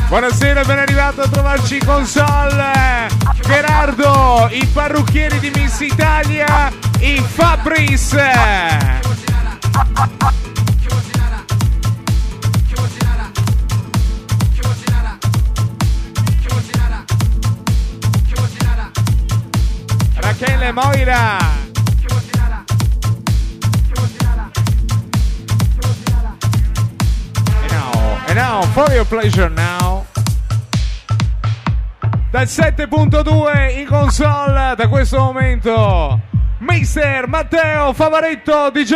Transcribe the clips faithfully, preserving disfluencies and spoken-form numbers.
Buonasera, ben arrivato a trovarci in console Gerardo, i parrucchieri di Miss Italia, i Fabris. Rachele Moira. And now, for your pleasure now, dal sette punto due in console da questo momento, mister Matteo Favaretto D J.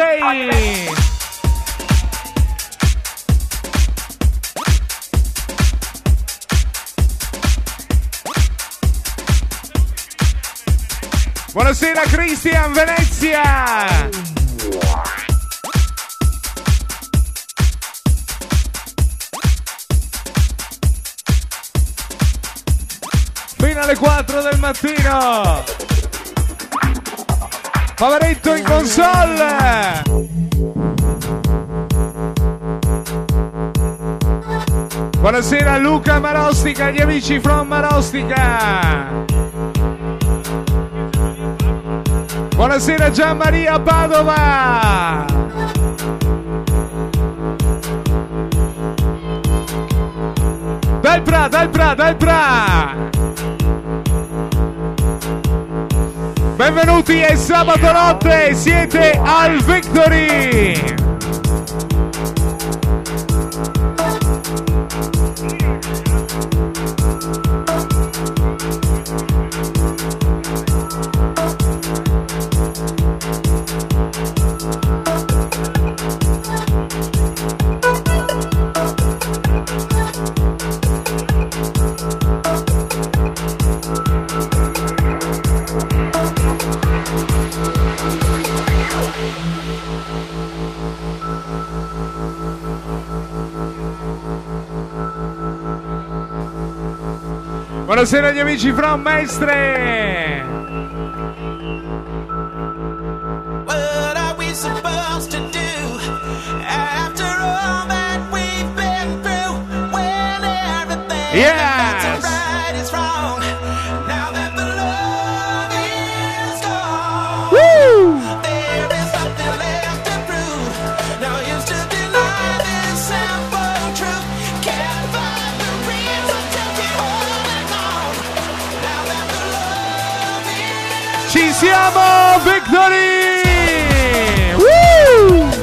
Buonasera Christian Venezia. Fino alle quattro del mattino. Favaretto in console. Buonasera Luca Marostica, gli amici from Marostica. Buonasera Gianmaria Padova. Dal Pra, dal Pra, dal Pra. Benvenuti, è sabato notte, siete al Victory! Buonasera agli amici from Mestre. What are we supposed to do after all that we've been through? When everything Yes. that's right is wrong. Now that the love is gone, Woo! there is something left to prove. No use to deny this simple truth. Can't find the reason to be holding on. Now that the love is Ci siamo, Victory! Woo!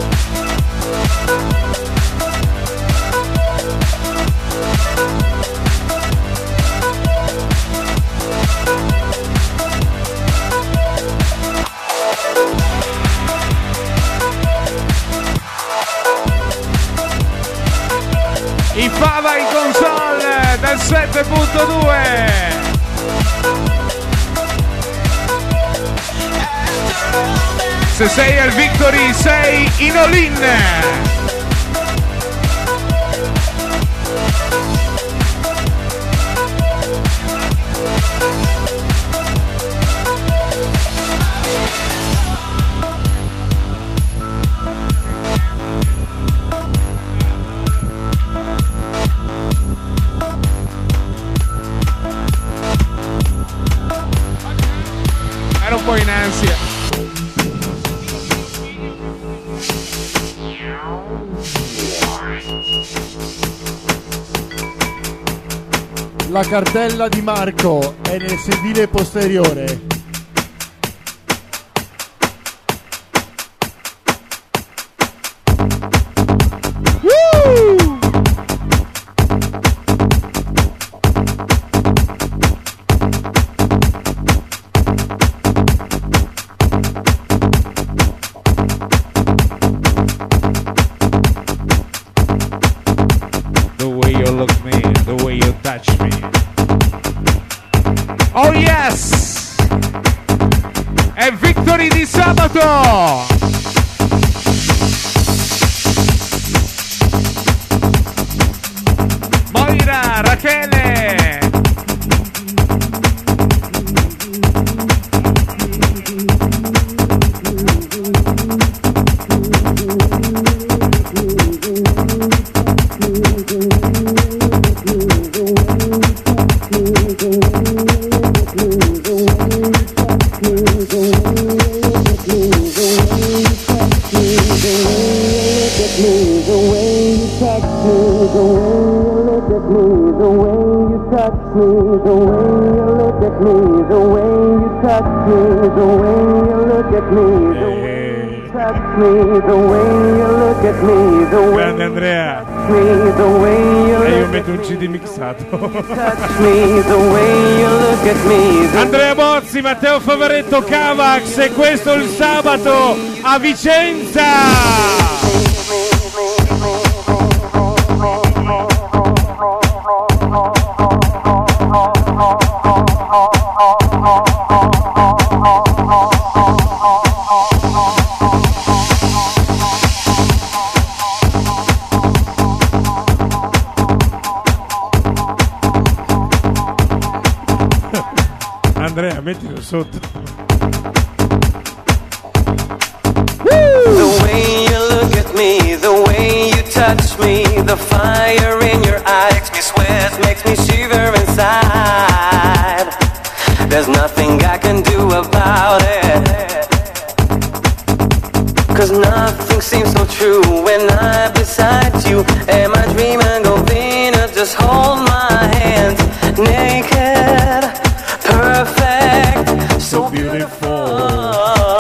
I Fava in console dal sette punto due. Se sei al Victory sei in all-in. Ero un po' in ansia. La cartella di Marco è nel sedile posteriore. Woo! The way you look me, the way you touch me. Oh yes! È Victory di sabato! Moira, Rachele! Grande Andrea. E io metto un C D mixato. Andrea Bozzi, Matteo Favaretto, Cavax, e questo il sabato a Vicenza. Andrea, mettilo sotto. The way you look at me, the way you touch me, the fire in your eyes makes me sweat, makes me shiver inside. There's nothing I can do about it, 'cause nothing seems so true when I'm beside you. Am I dreaming of Venus? Just hold my hand, naked, perfect, so beautiful.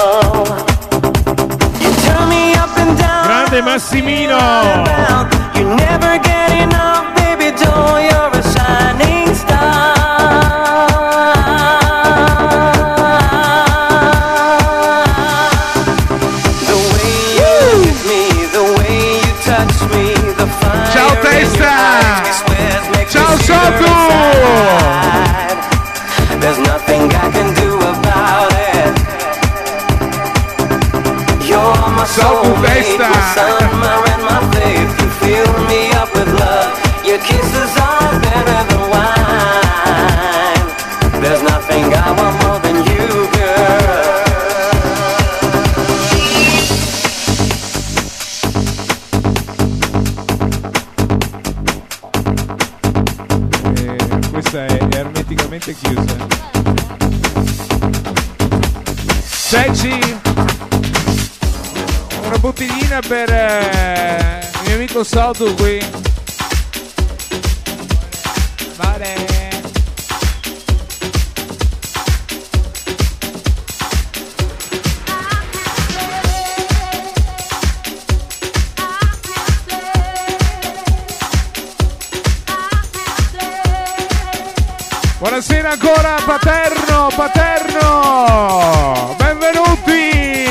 You turn me up and down. Grande Massimino. You never get enough, baby doll, you're a shining star. The way you look at me, the way you touch me, the fire. Ciao testa. Ciao Sotu. There's nothing I can do about it. You're my soulmate, my summer and my faith. You fill me up with love. Your kisses are better than wine. There's nothing I want more than you, girl. Eh, questa è ermeticamente chiusa. Ceci, una bottiglina per eh, il mio amico Sotu qui. Vale. Buonasera ancora Paterno, Paterno, benvenuti.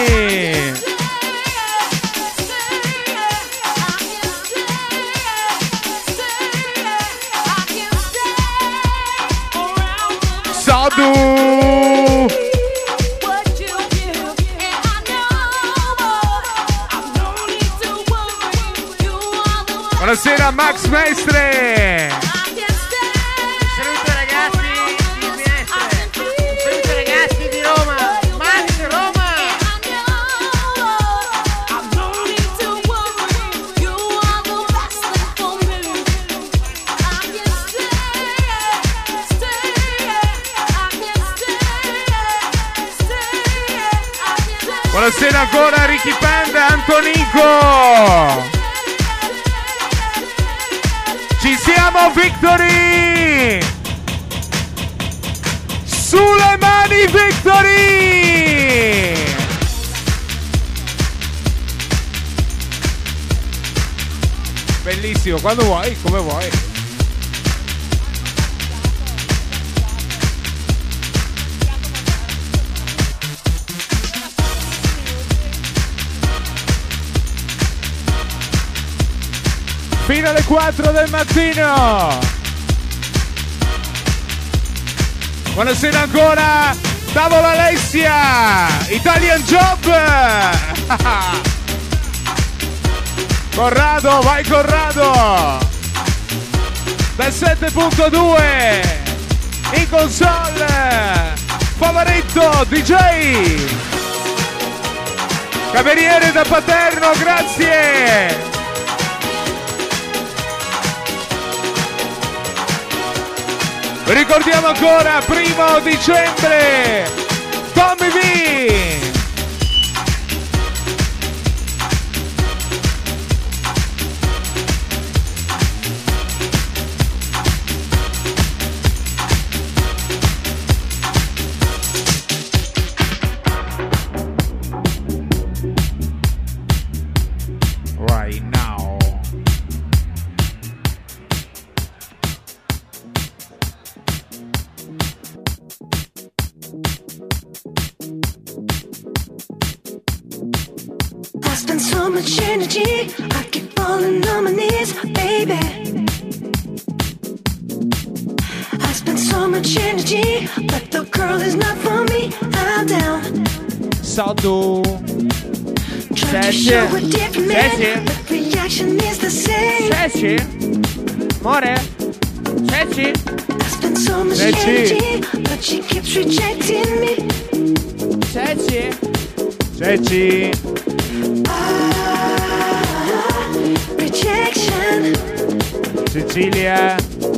Sodu. Buonasera Max Mestre. Saluto ragazzi di Mestre. Saluto ragazzi di Roma. Max Roma. Buonasera ancora Ricky Panda, Antonico. Ci siamo, Victory! Sulle mani, Victory! Bellissimo, quando vuoi, come vuoi. Fino alle quattro del mattino. Buonasera ancora Tavola Alessia, Italian Job. Corrado, vai Corrado. Dal sette punto due in console Favaretto D J. Cameriere da Paterno, grazie. Ricordiamo ancora, primo dicembre, Tommy B. Right now. I spend so much energy, I keep falling on my knees, baby. I spend so much energy, but the girl is not for me. I'm down. Saldo. Trying to show a different Sessi. man, but reaction is the same. Ceci? Amore? Ceci? I spend so much Sessi. energy, but she keeps rejecting me. Ceci? Ceci. Ah, rejection. Cecilia.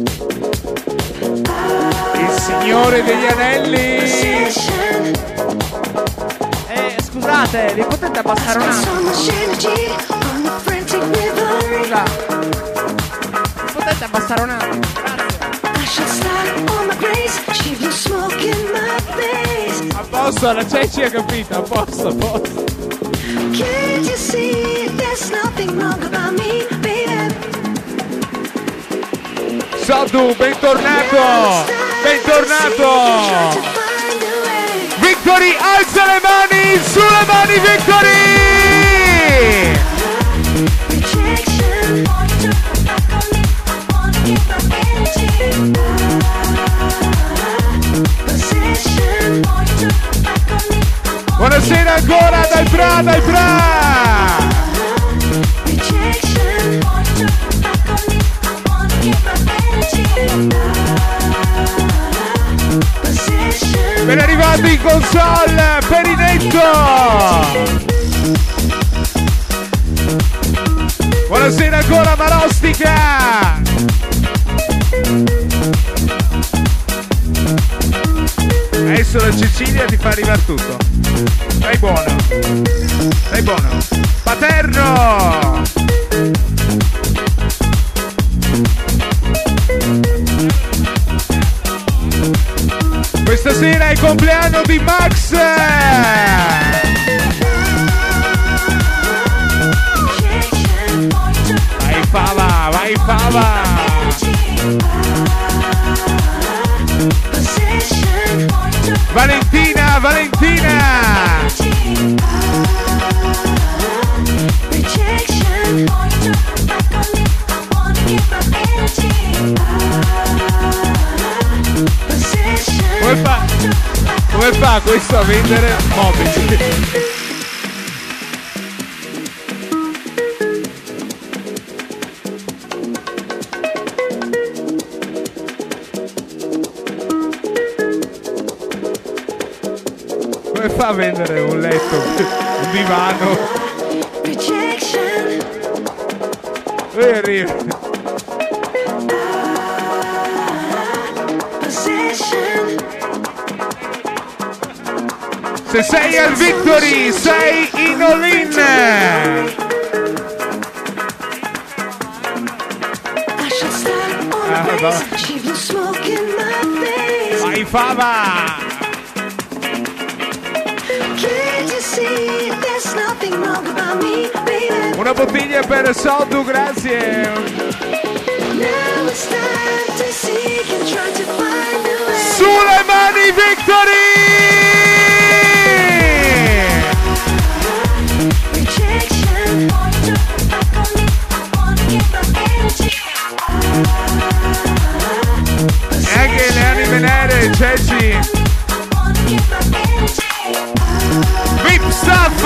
Il signore degli anelli. Possession. Eh, scusate, vi potete abbassare un So attimo? much energy on the frantic river. Scusa. Vi potete abbassare un attimo? Grazie. I should start on my grace. She blew smoke in my face. A posto, la Ceci ha capito, a posto, a posto. Can't you see there's nothing wrong about me, baby? Saldo, bentornato. Now it's time to Bentornato. see, try to find a way. Victory, alza le mani, sulle mani, Victory! Rejection. Possession. Buonasera ancora dal Bra, dal Bra! Rejection. Possession. Ben arrivato in console, Perinetto! Buonasera ancora Marostica! Adesso la Cecilia ti fa arrivare tutto. Dai buono. Dai buono. Paterno! Questa sera è il compleanno di Max! Vai Fava, vai Fava! Valentina, Valentina! Come fa? Come fa questo a vendere mobili? Come fa a vendere un letto, un divano? Rejection. E arriva. Possession. Se sei al Victory, sei in all-in. I should start on Ah, the va. face. She blew smoke in my face. Vai Fava! Can't you see there's nothing wrong about me, baby? Una bottiglia per Soldu, grazie. Now it's time to seek and try to find a way. Sulle mani Victory! Rejection. E anche le anime nere, Ceci. Vip Stuff!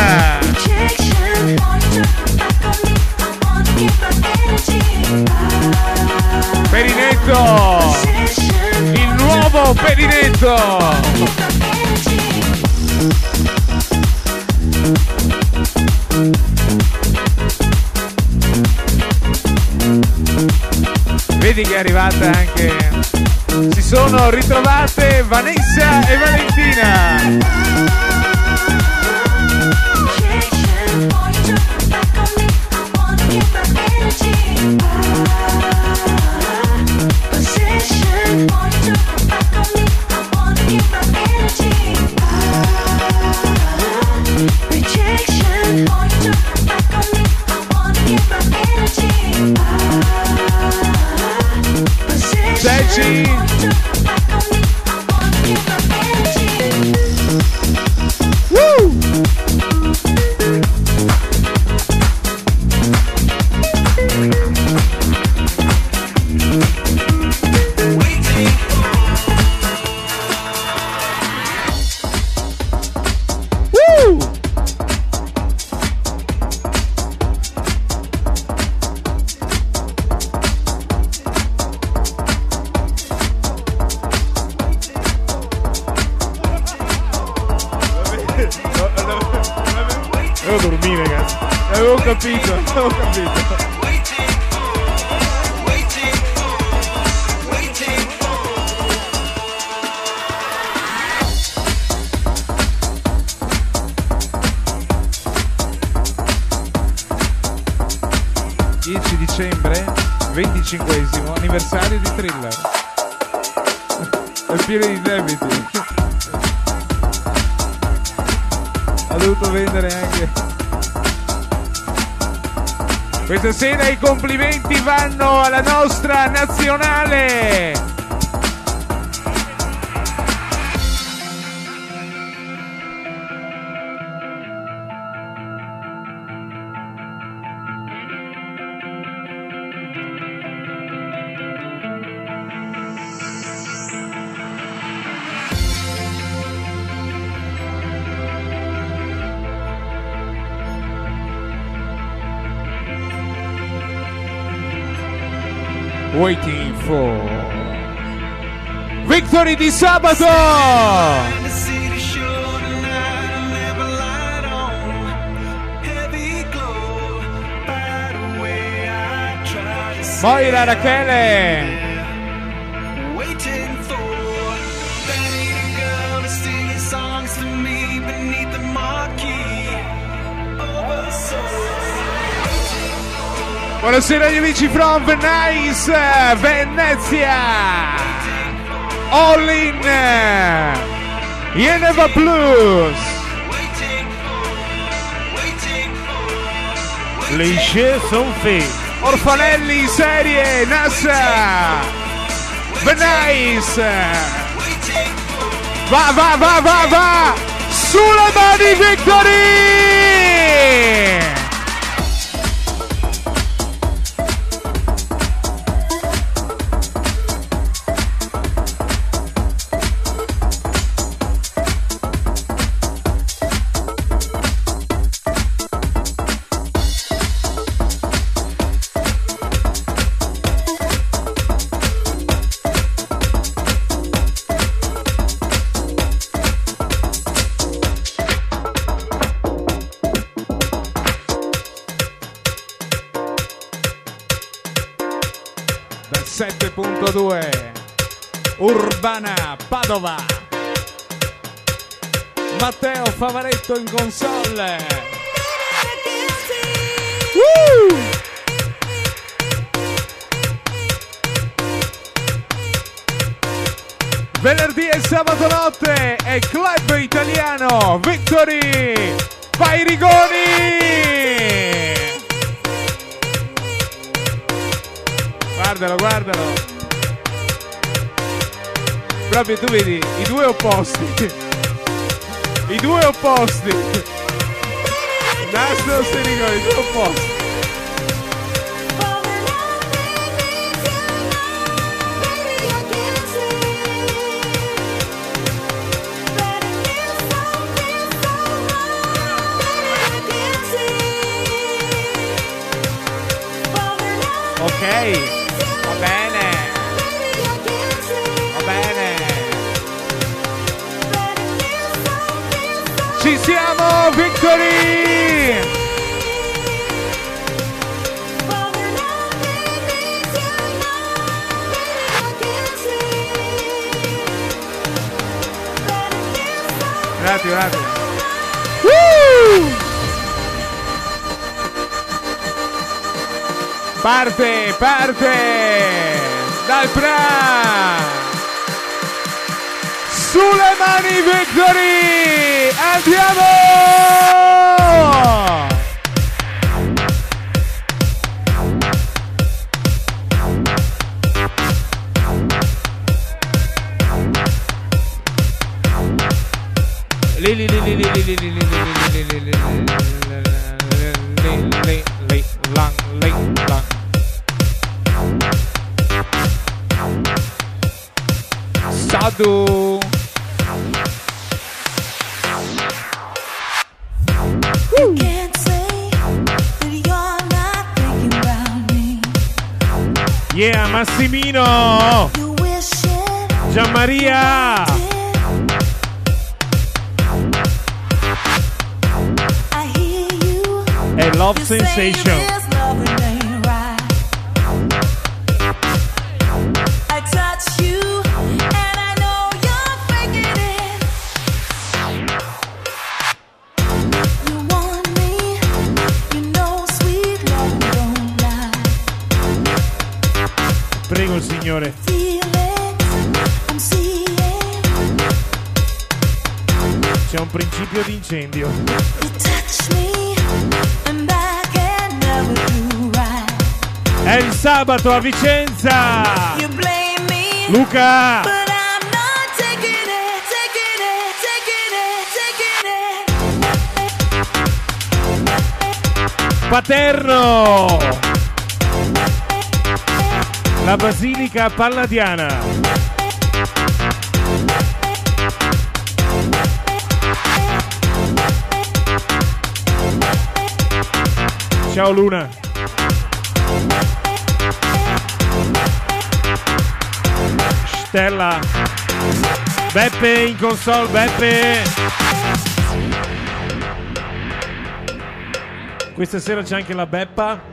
Perinetto! Il nuovo Perinetto! Vedi che è arrivata anche Si sono ritrovate Vanessa e Valentina. Ceci. Woo! Woo! Devo dormire, ragazzi. Avevo capito, avevo capito. dieci dicembre, venticinquesimo anniversario di Thriller. È pieno di debiti. Ha dovuto vendere anche. Questa sera i complimenti vanno alla nostra nazionale. Waiting for Victory di sabato. Moira Rachele. Buonasera agli amici from Venice, Venezia. All in Geneva Plus. Les jeux sont faits. Orfanelli serie Nassa. Venice. Va va va va va. Sulle mani Victory. sette punto due Urbana Padova. Matteo Favaretto in console. Woo! Venerdì e sabato notte è Club Italiano Victory. Vai Rigoni! Guardalo, guardalo. Proprio tu vedi i due opposti. I due opposti. Nastro Serigoni, i due opposti. Ok. Va bene. Va bene. Ci siamo, Victory! attimo, un attimo. Uh! Parte, parte dal Pra. Sulle mani Victory! Andiamo! Li li li li li li li li li li li lang lang lang. Sadu. Yeah, Massimino. Gianmaria. È Love Sensation. Prego il Signore. C'è un principio di incendio. È il sabato a Vicenza. Luca. Paterno. La Basilica Palladiana. Ciao Luna. Stella. Beppe in console, Beppe. Questa sera c'è anche la Beppa.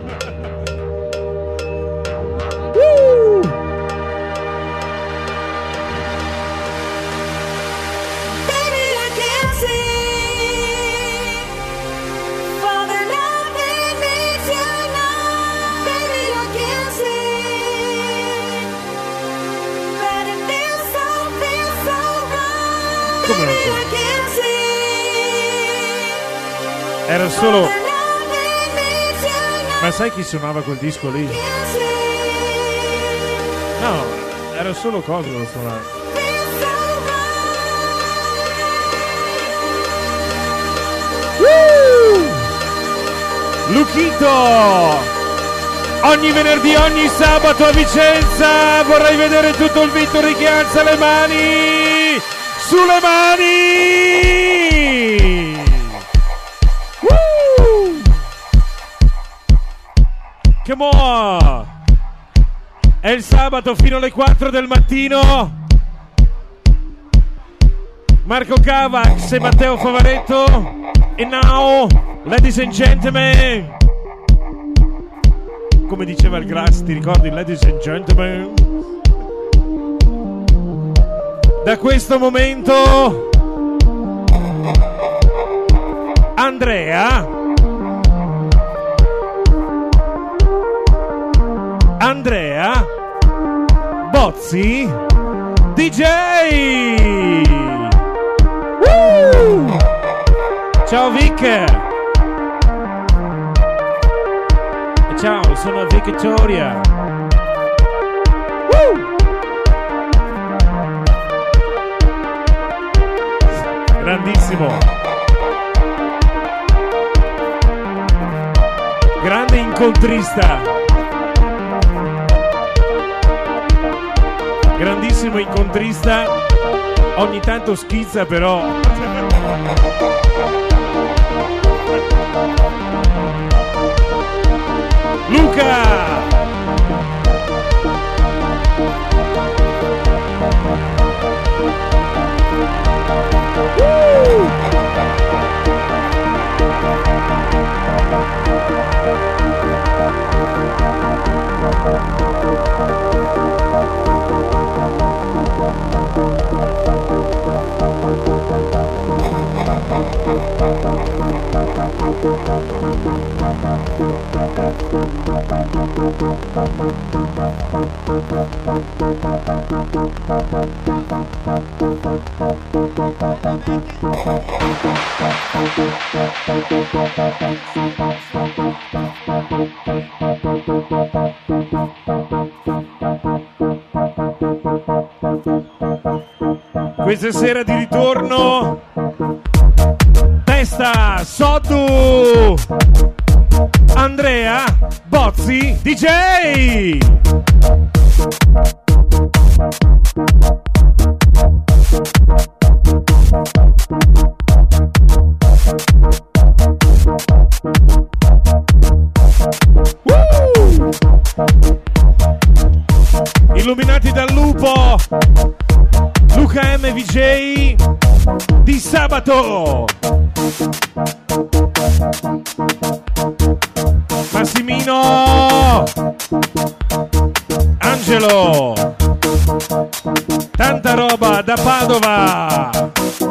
Come non so? Era solo. Ma sai chi suonava quel disco lì? No, era solo cosa lo suonava. Woo! Luchito! Ogni venerdì, ogni sabato a Vicenza vorrei vedere tutto il Victory che alza le mani! Sulle mani! Woo! Come on! È il sabato fino alle quattro del mattino. Marco Cavax e Matteo Favaretto. E now, ladies and gentlemen. Come diceva il Grass, ti ricordi? Ladies and gentlemen. Da questo momento Andrea Andrea Bozzi D J. Woo! Ciao Vic. Ciao, sono Victoria. Woo! Grandissimo. Grande incontrista. Grandissimo incontrista. Ogni tanto schizza però. Luca. Questa sera di ritorno Testa, Soddu, Andrea, Bozzi, D J. Woo! Illuminati dal lupo, Luca M V J di sabato, Massimino, Angelo, tanta roba da Padova.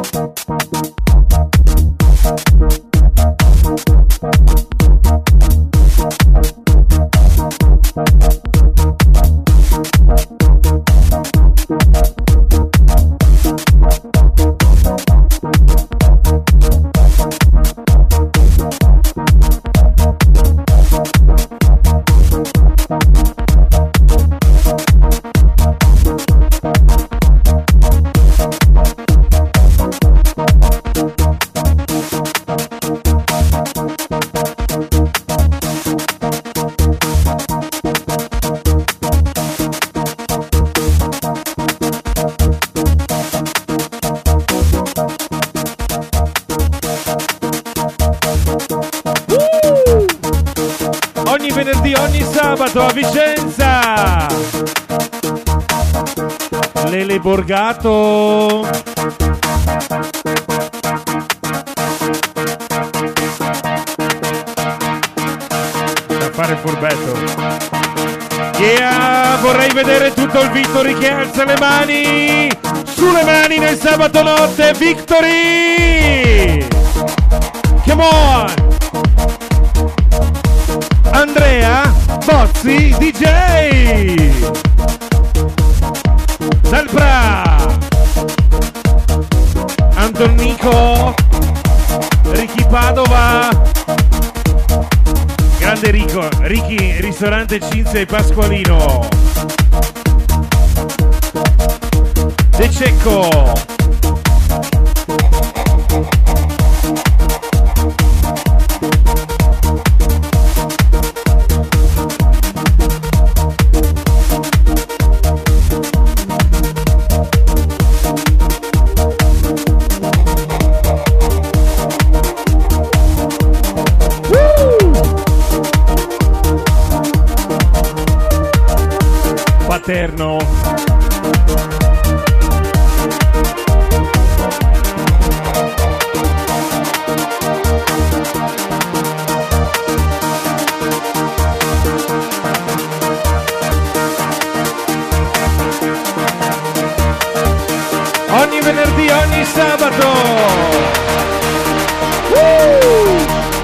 A Vicenza, Lele Borgato, da fare il furbetto. Yeah, vorrei vedere tutto il Victory che alza le mani, sulle mani nel sabato notte. Victory, come on. Andrea, Bozzi, D J dal Pra, Antonico, Ricky Padova, grande Rico, Ricky, ristorante Cinzia e Pasqualino, De Cecco, Paterno, ogni venerdì, ogni sabato. Woo!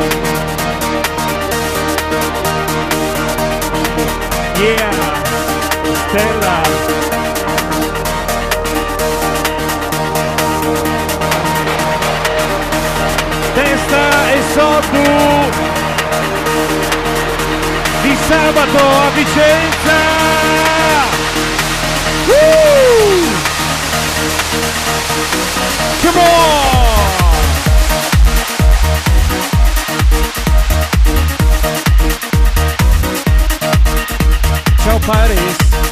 Yeah, Stella, Testa e Soddu di sabato a Vicenza. Woo! Come on! Ciao Paris,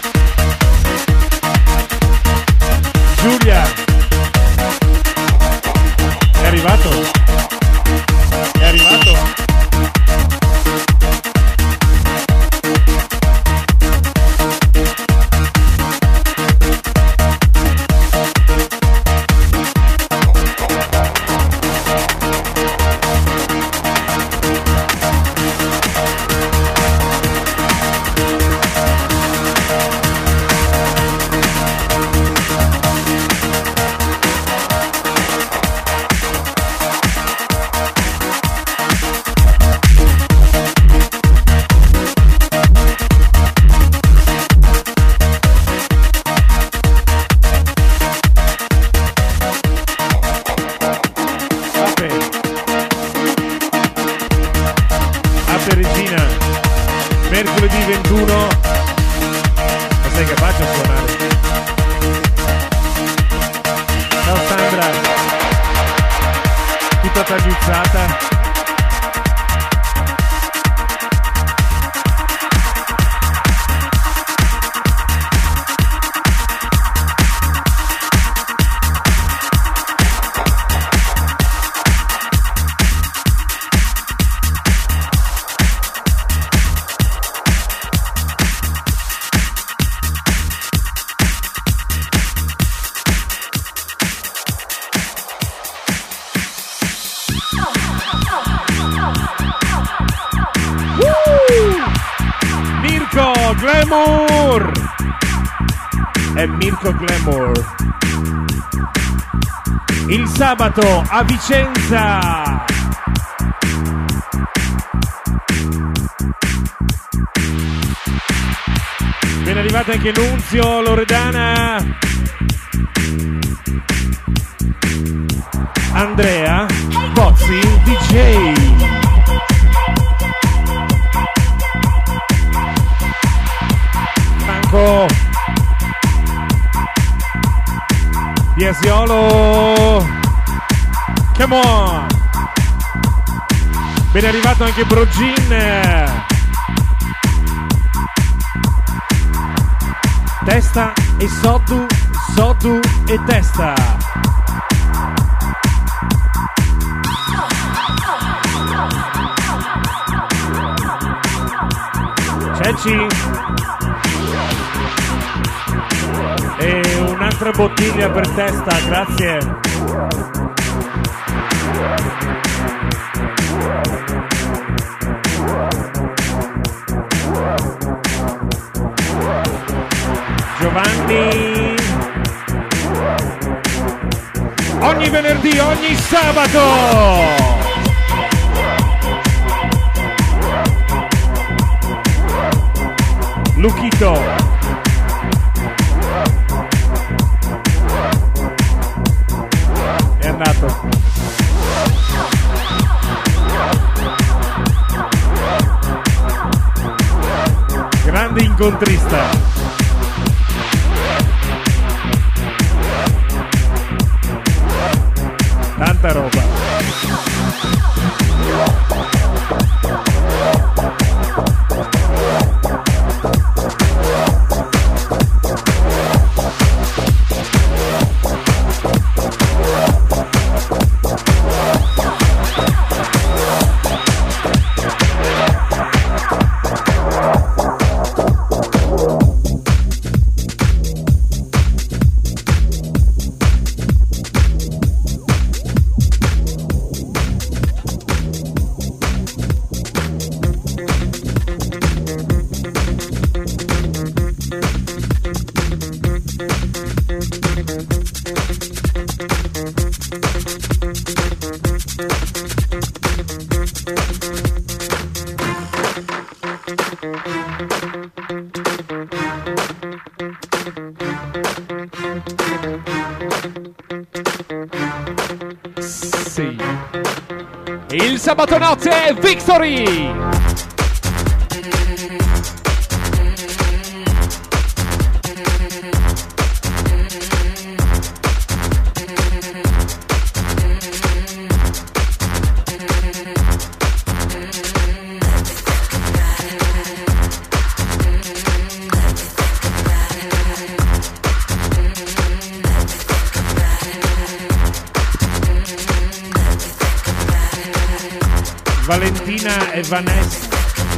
Giulia, è arrivato? È arrivato? piace suonare. Ciao Sandra, tutta tagliuzzata. Glamour! È Mirko Glamour. Il sabato a Vicenza. Ben arrivata anche Nunzio, Loredana, Andrea, Bozzi, D J. Biasiolo, come on! Ben arrivato anche Brogin. Testa e Soddu, Soddu e Testa. Ceci. E un'altra bottiglia per Testa, grazie. Giovanni. Ogni venerdì, ogni sabato. Luchito. È andato. Grande incontrista. Tanta roba. Sì. Il sabato notte Victory. Valentina e Vanessa.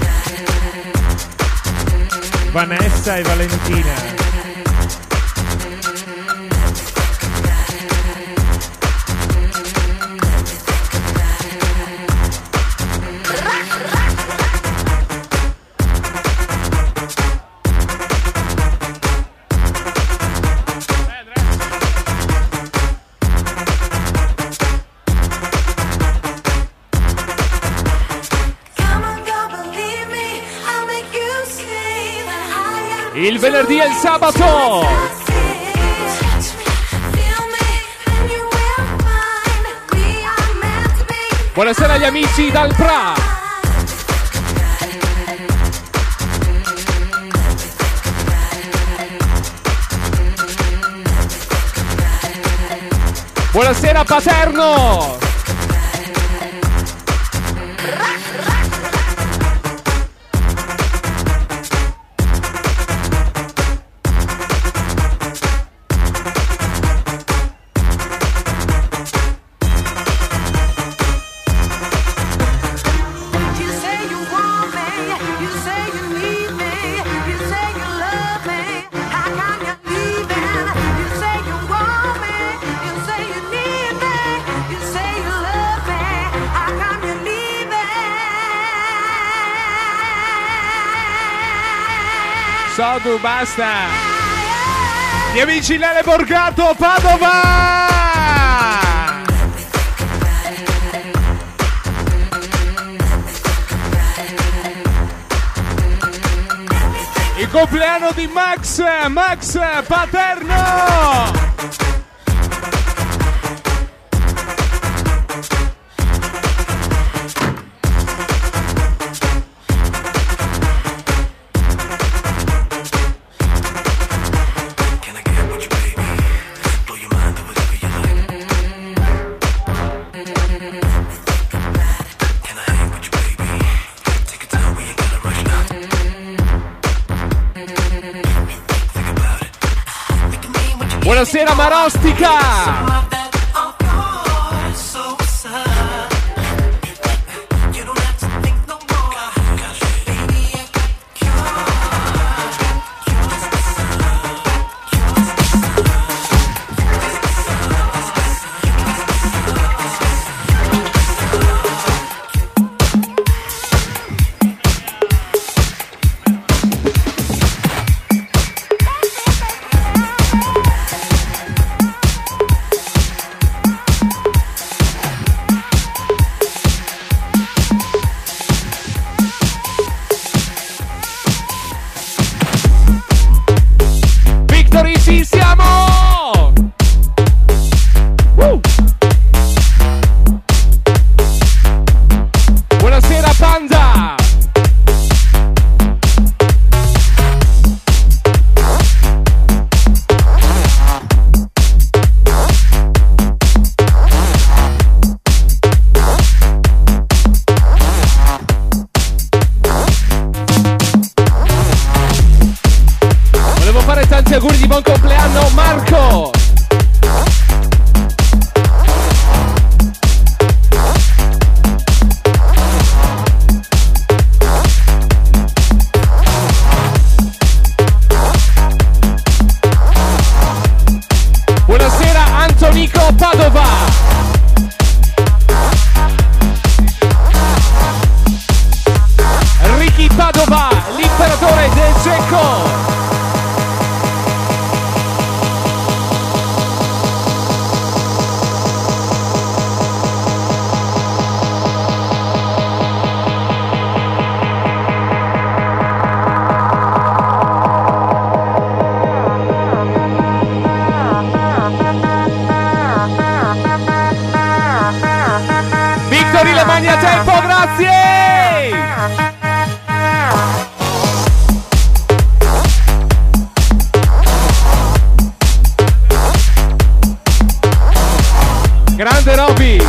Vanessa e Valentina. Il venerdì e il sabato. Buonasera agli amici dal Pra. Buonasera Paterno. You say you want me, you say you need me, you say you love me. How come you're leaving? You say you want me, you say you need me, you say you love me. How come you're leaving? Sodu, basta. Gli amici Lele Borgato, Padova. Il compleanno di Max, Max Paterno. Buonasera Marostica. Victory, ci siamo! Uh! Buonasera Panda! Volevo fare tanti auguri di buon compleanno Marco! Buonasera Antonico Padova! Ricky Padova, l'imperatore del Cecco! Victory, le mani a tempo, grazie! Grande Roby!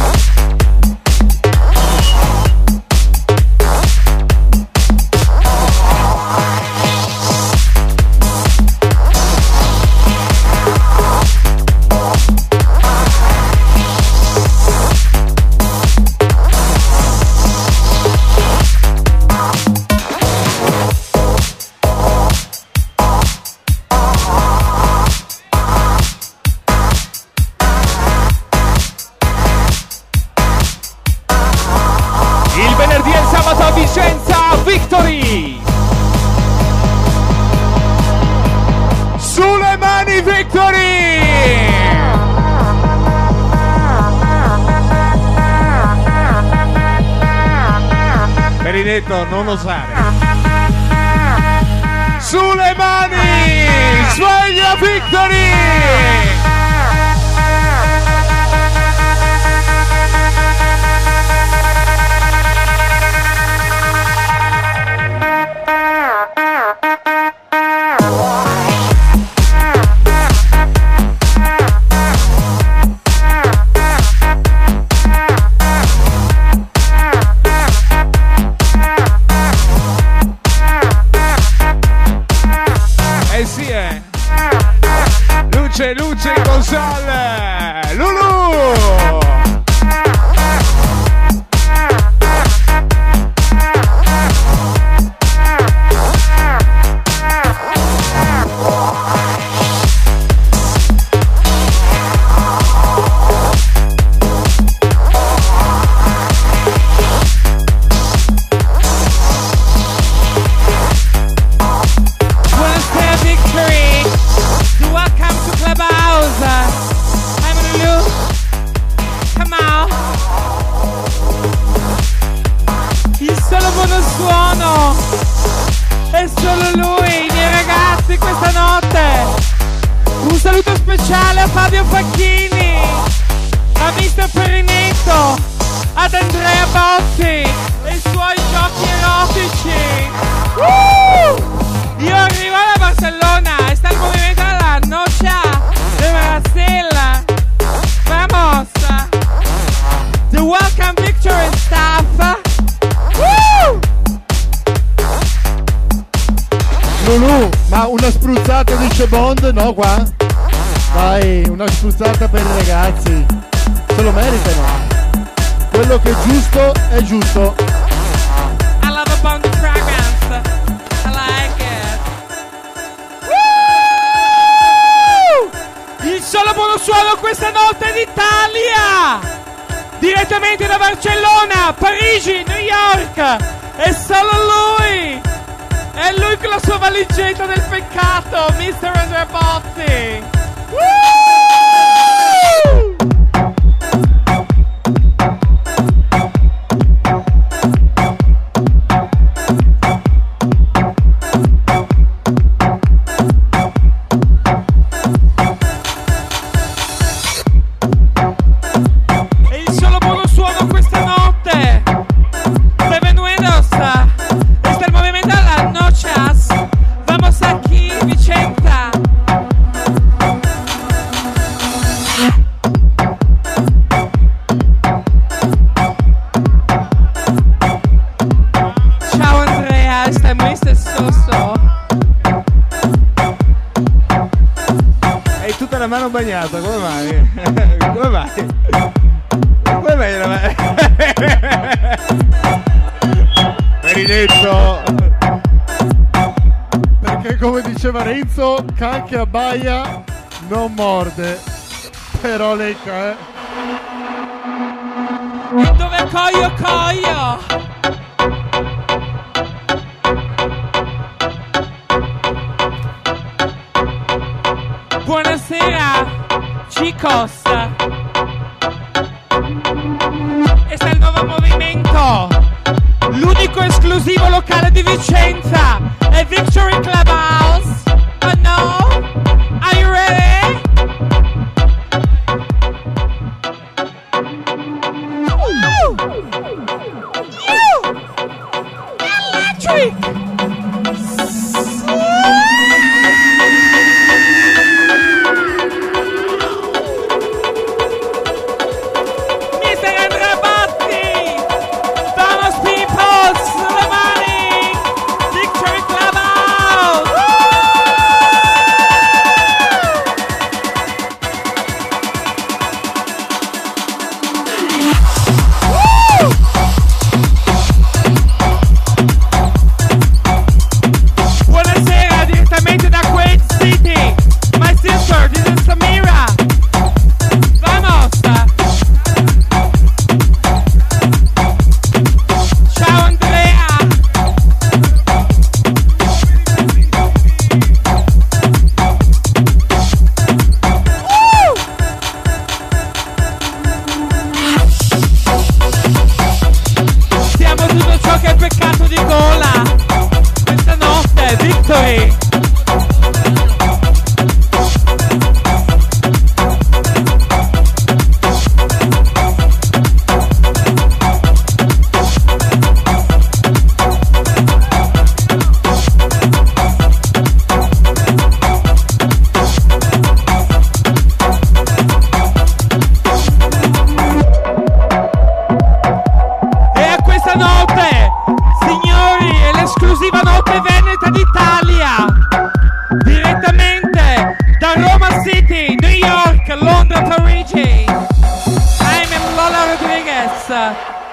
Il venerdì e il sabato a Vicenza, Victory! Sulle mani Victory! Benedetto, non osare. Sulle mani! Sveglia Victory! Luce, luce in console. Lulu. Suono è solo lui, i miei ragazzi questa notte. Un saluto speciale a Fabio Facchini, a mister Perinetto, ad Andrea Bozzi e i suoi giochi erotici. Uh! Io arrivo da Barcellona e sta il movimento della Nocia de Brasil. Vamos! The Welcome Victory Staff. Woo! Lulu, ma una spruzzata dice Bond, no qua? Dai, una spruzzata per i ragazzi. Se lo meritano. Quello che è giusto è giusto. I love a Bond fragrance. I like it. Woo! Il solo buono suono questa notte d'Italia. Direttamente da Barcellona, Parigi, New York. È solo lui. È lui con la sua valigetta del peccato, mister Andrea Bozzi. Woo! E il solo buono suono questa notte. Benvenutos. Este el movimiento de las noches. Vamos aquí, Vicenta. Ciao Andrea, stai muy stesoso. Hai tutta la mano bagnata, come mai? Come mai? Come mai la mano? Marinetto! Perché come diceva Renzo, can che abbaia non morde. Però lecca, eh. E dove coio coio? Buonasera, chicos. Questo è il nuovo movimento. L'unico esclusivo locale di Vicenza è Victory Clubhouse. Oh no? Are you ready? Woo! You! Electric! mister Andrea Bozzi! Vamos people! Sulle mani! Victory Clubhouse! Woo!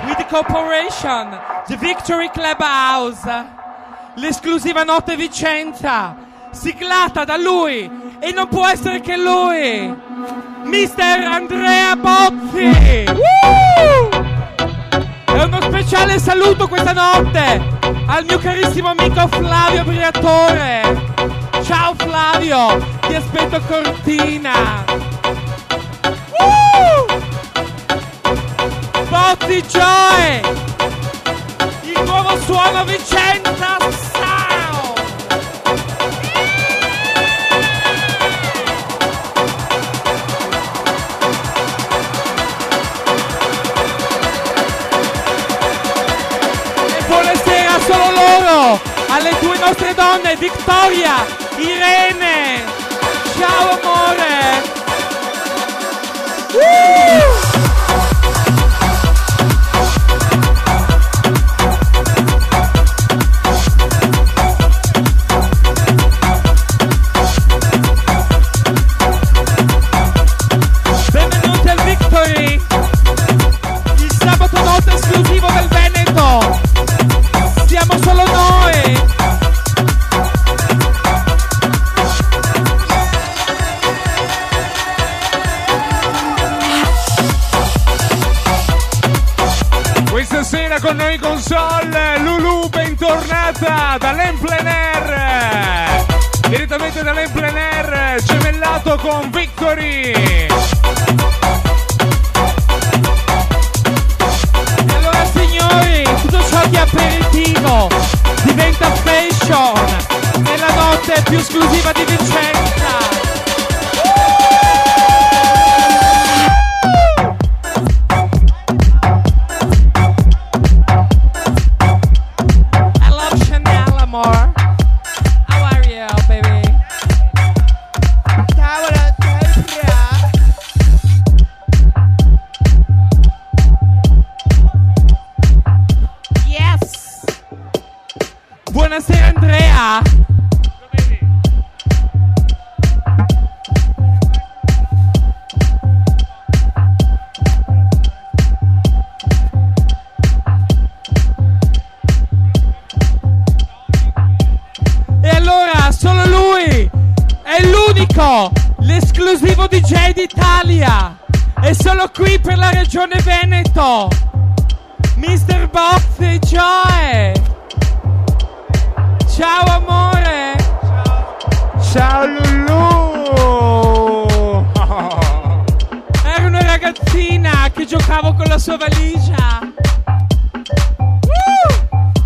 with the corporation, the Victory Club House, l'esclusiva notte Vicenza, siglata da lui, e non può essere che lui, mister Andrea Bozzi. Woo! E uno speciale saluto questa notte al mio carissimo amico Flavio Briatore. Ciao Flavio, ti aspetto a Cortina. Woo! Bozzi Joe, il nuovo suono Vicenza Sound. E buonasera solo loro, alle due nostre donne, Vittoria, Irene. Ciao amore. Woo! Esclusivo del Veneto, siamo solo noi. Questa sera con noi console Lulu, bentornata dall'Emplen Air, direttamente dall'Emplen Air, gemellato con Victory. Tutto ciò che è aperitivo diventa fashion nella notte più esclusiva di Vicenza. I love Chanel, amor. How are you, baby? Cavolo, buonasera Andrea. E allora solo lui è l'unico, l'esclusivo D J d'Italia, è solo qui per la regione Veneto, mister Bozzi Joe. Ciao amore. Ciao Lulu. Era una ragazzina che giocavo con la sua valigia. Woo!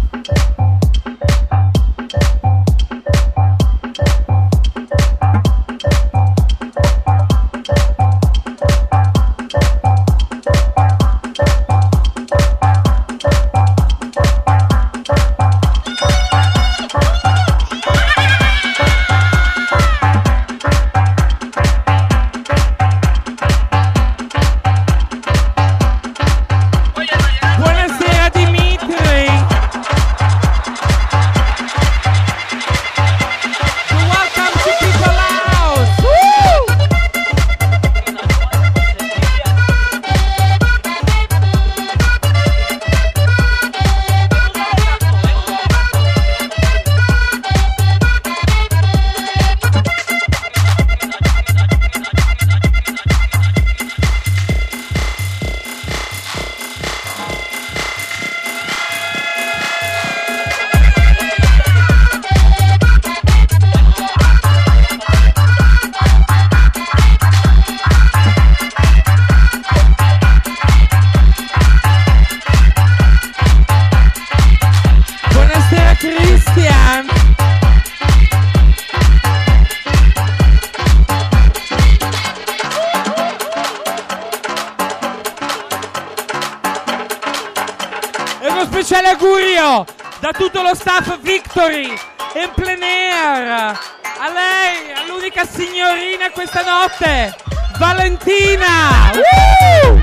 speciale augurio da tutto lo staff Victory Emplen Air a lei, all'unica signorina questa notte, Valentina. Woo!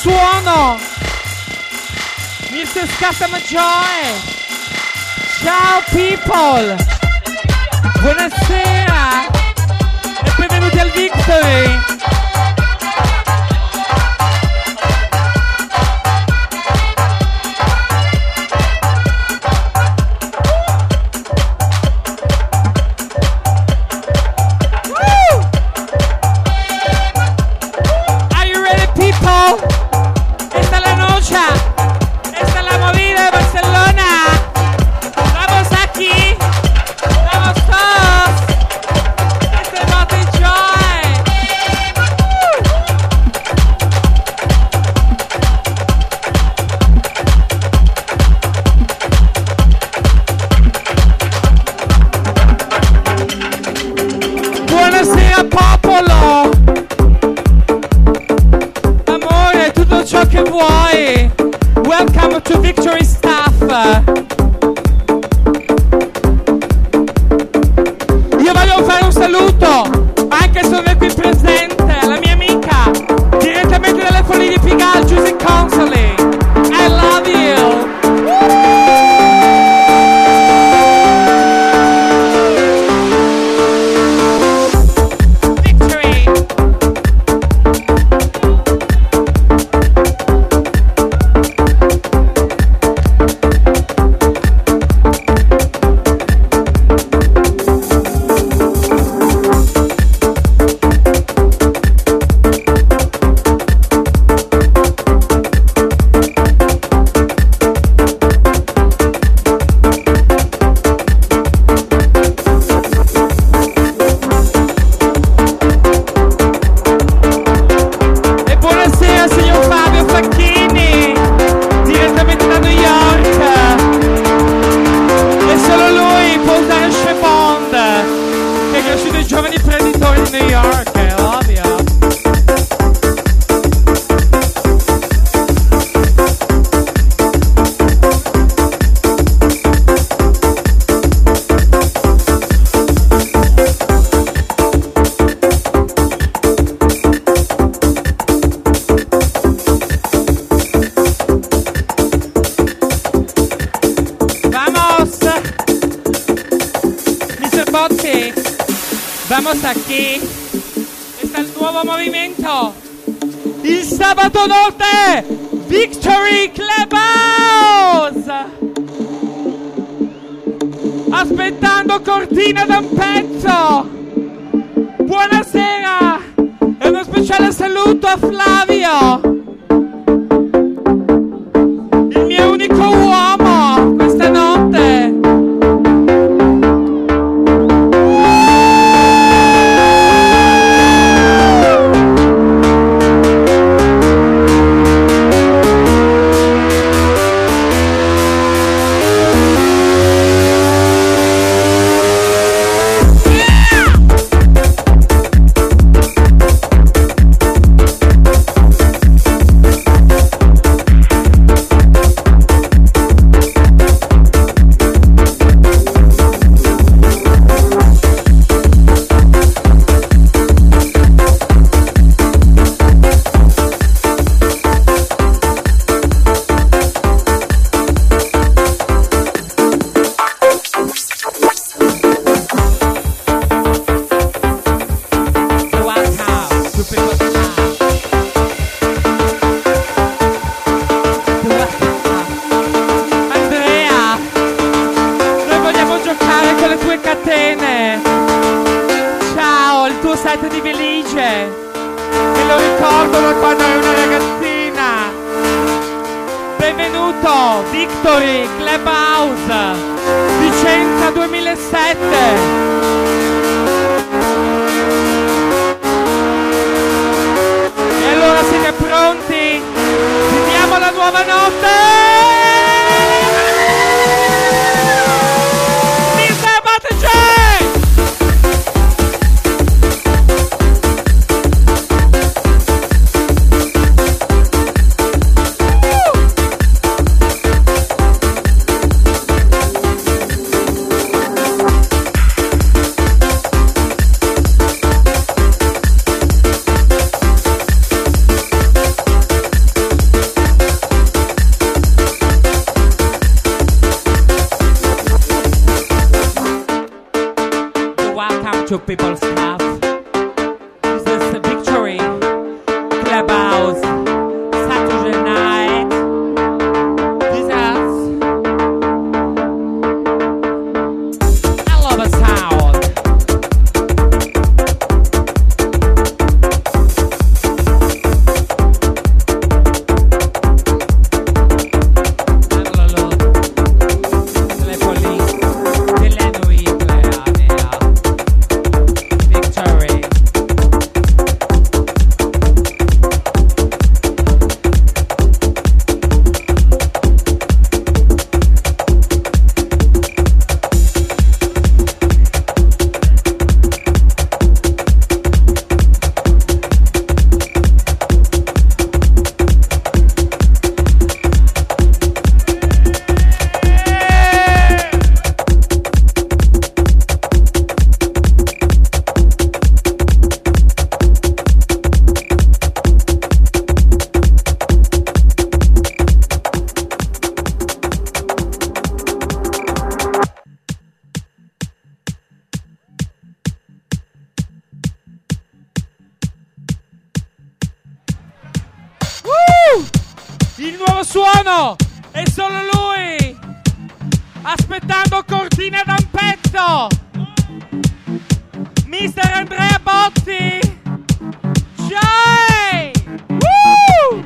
suono, mister Scattamaggiore. Ciao people, buonasera e benvenuti al Victory. Esta es la noche, esta es la movida de Barcelona. Vamos aquí, vamos todos. Este es Martin Joy. Buonasera popolo. Ciò che vuoi. Welcome to Victory Staff. Io voglio fare un saluto, anche se non è qui presente, alla mia amica direttamente dalle follie di Pigalle, Giusy Consoli. I love you. Vamos aquí. Está el nuevo movimiento. Il sabato notte Victory Clubhouse. Aspettando cortina da un pezzo. Buonasera e uno speciale saluto a Flavio, il mio unico uomo questa notte. Victory Clubhouse Vicenza duemilasette. E allora siete pronti? Viviamo la nuova notte! to people's hearts. This is the Victory Clubhouse Saturday night. This is I love a sound. Il nuovo suono è solo lui, aspettando cortina da un pezzo, mister Andrea Botti. Jai! Woo!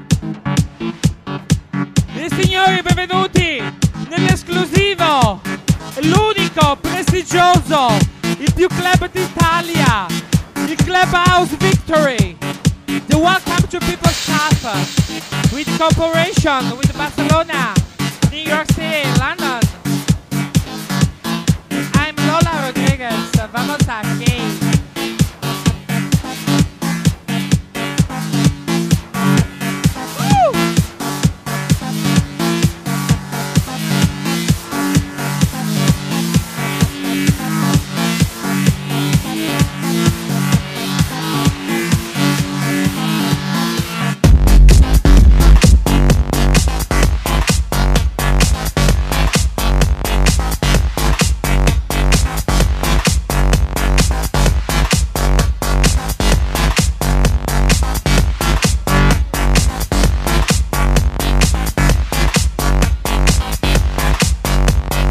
E signori, benvenuti nell'esclusivo, l'unico, prestigioso, il più club d'Italia, il Clubhouse Victory. The Welcome to People's Cup with cooperation with Barcelona, New York City, London,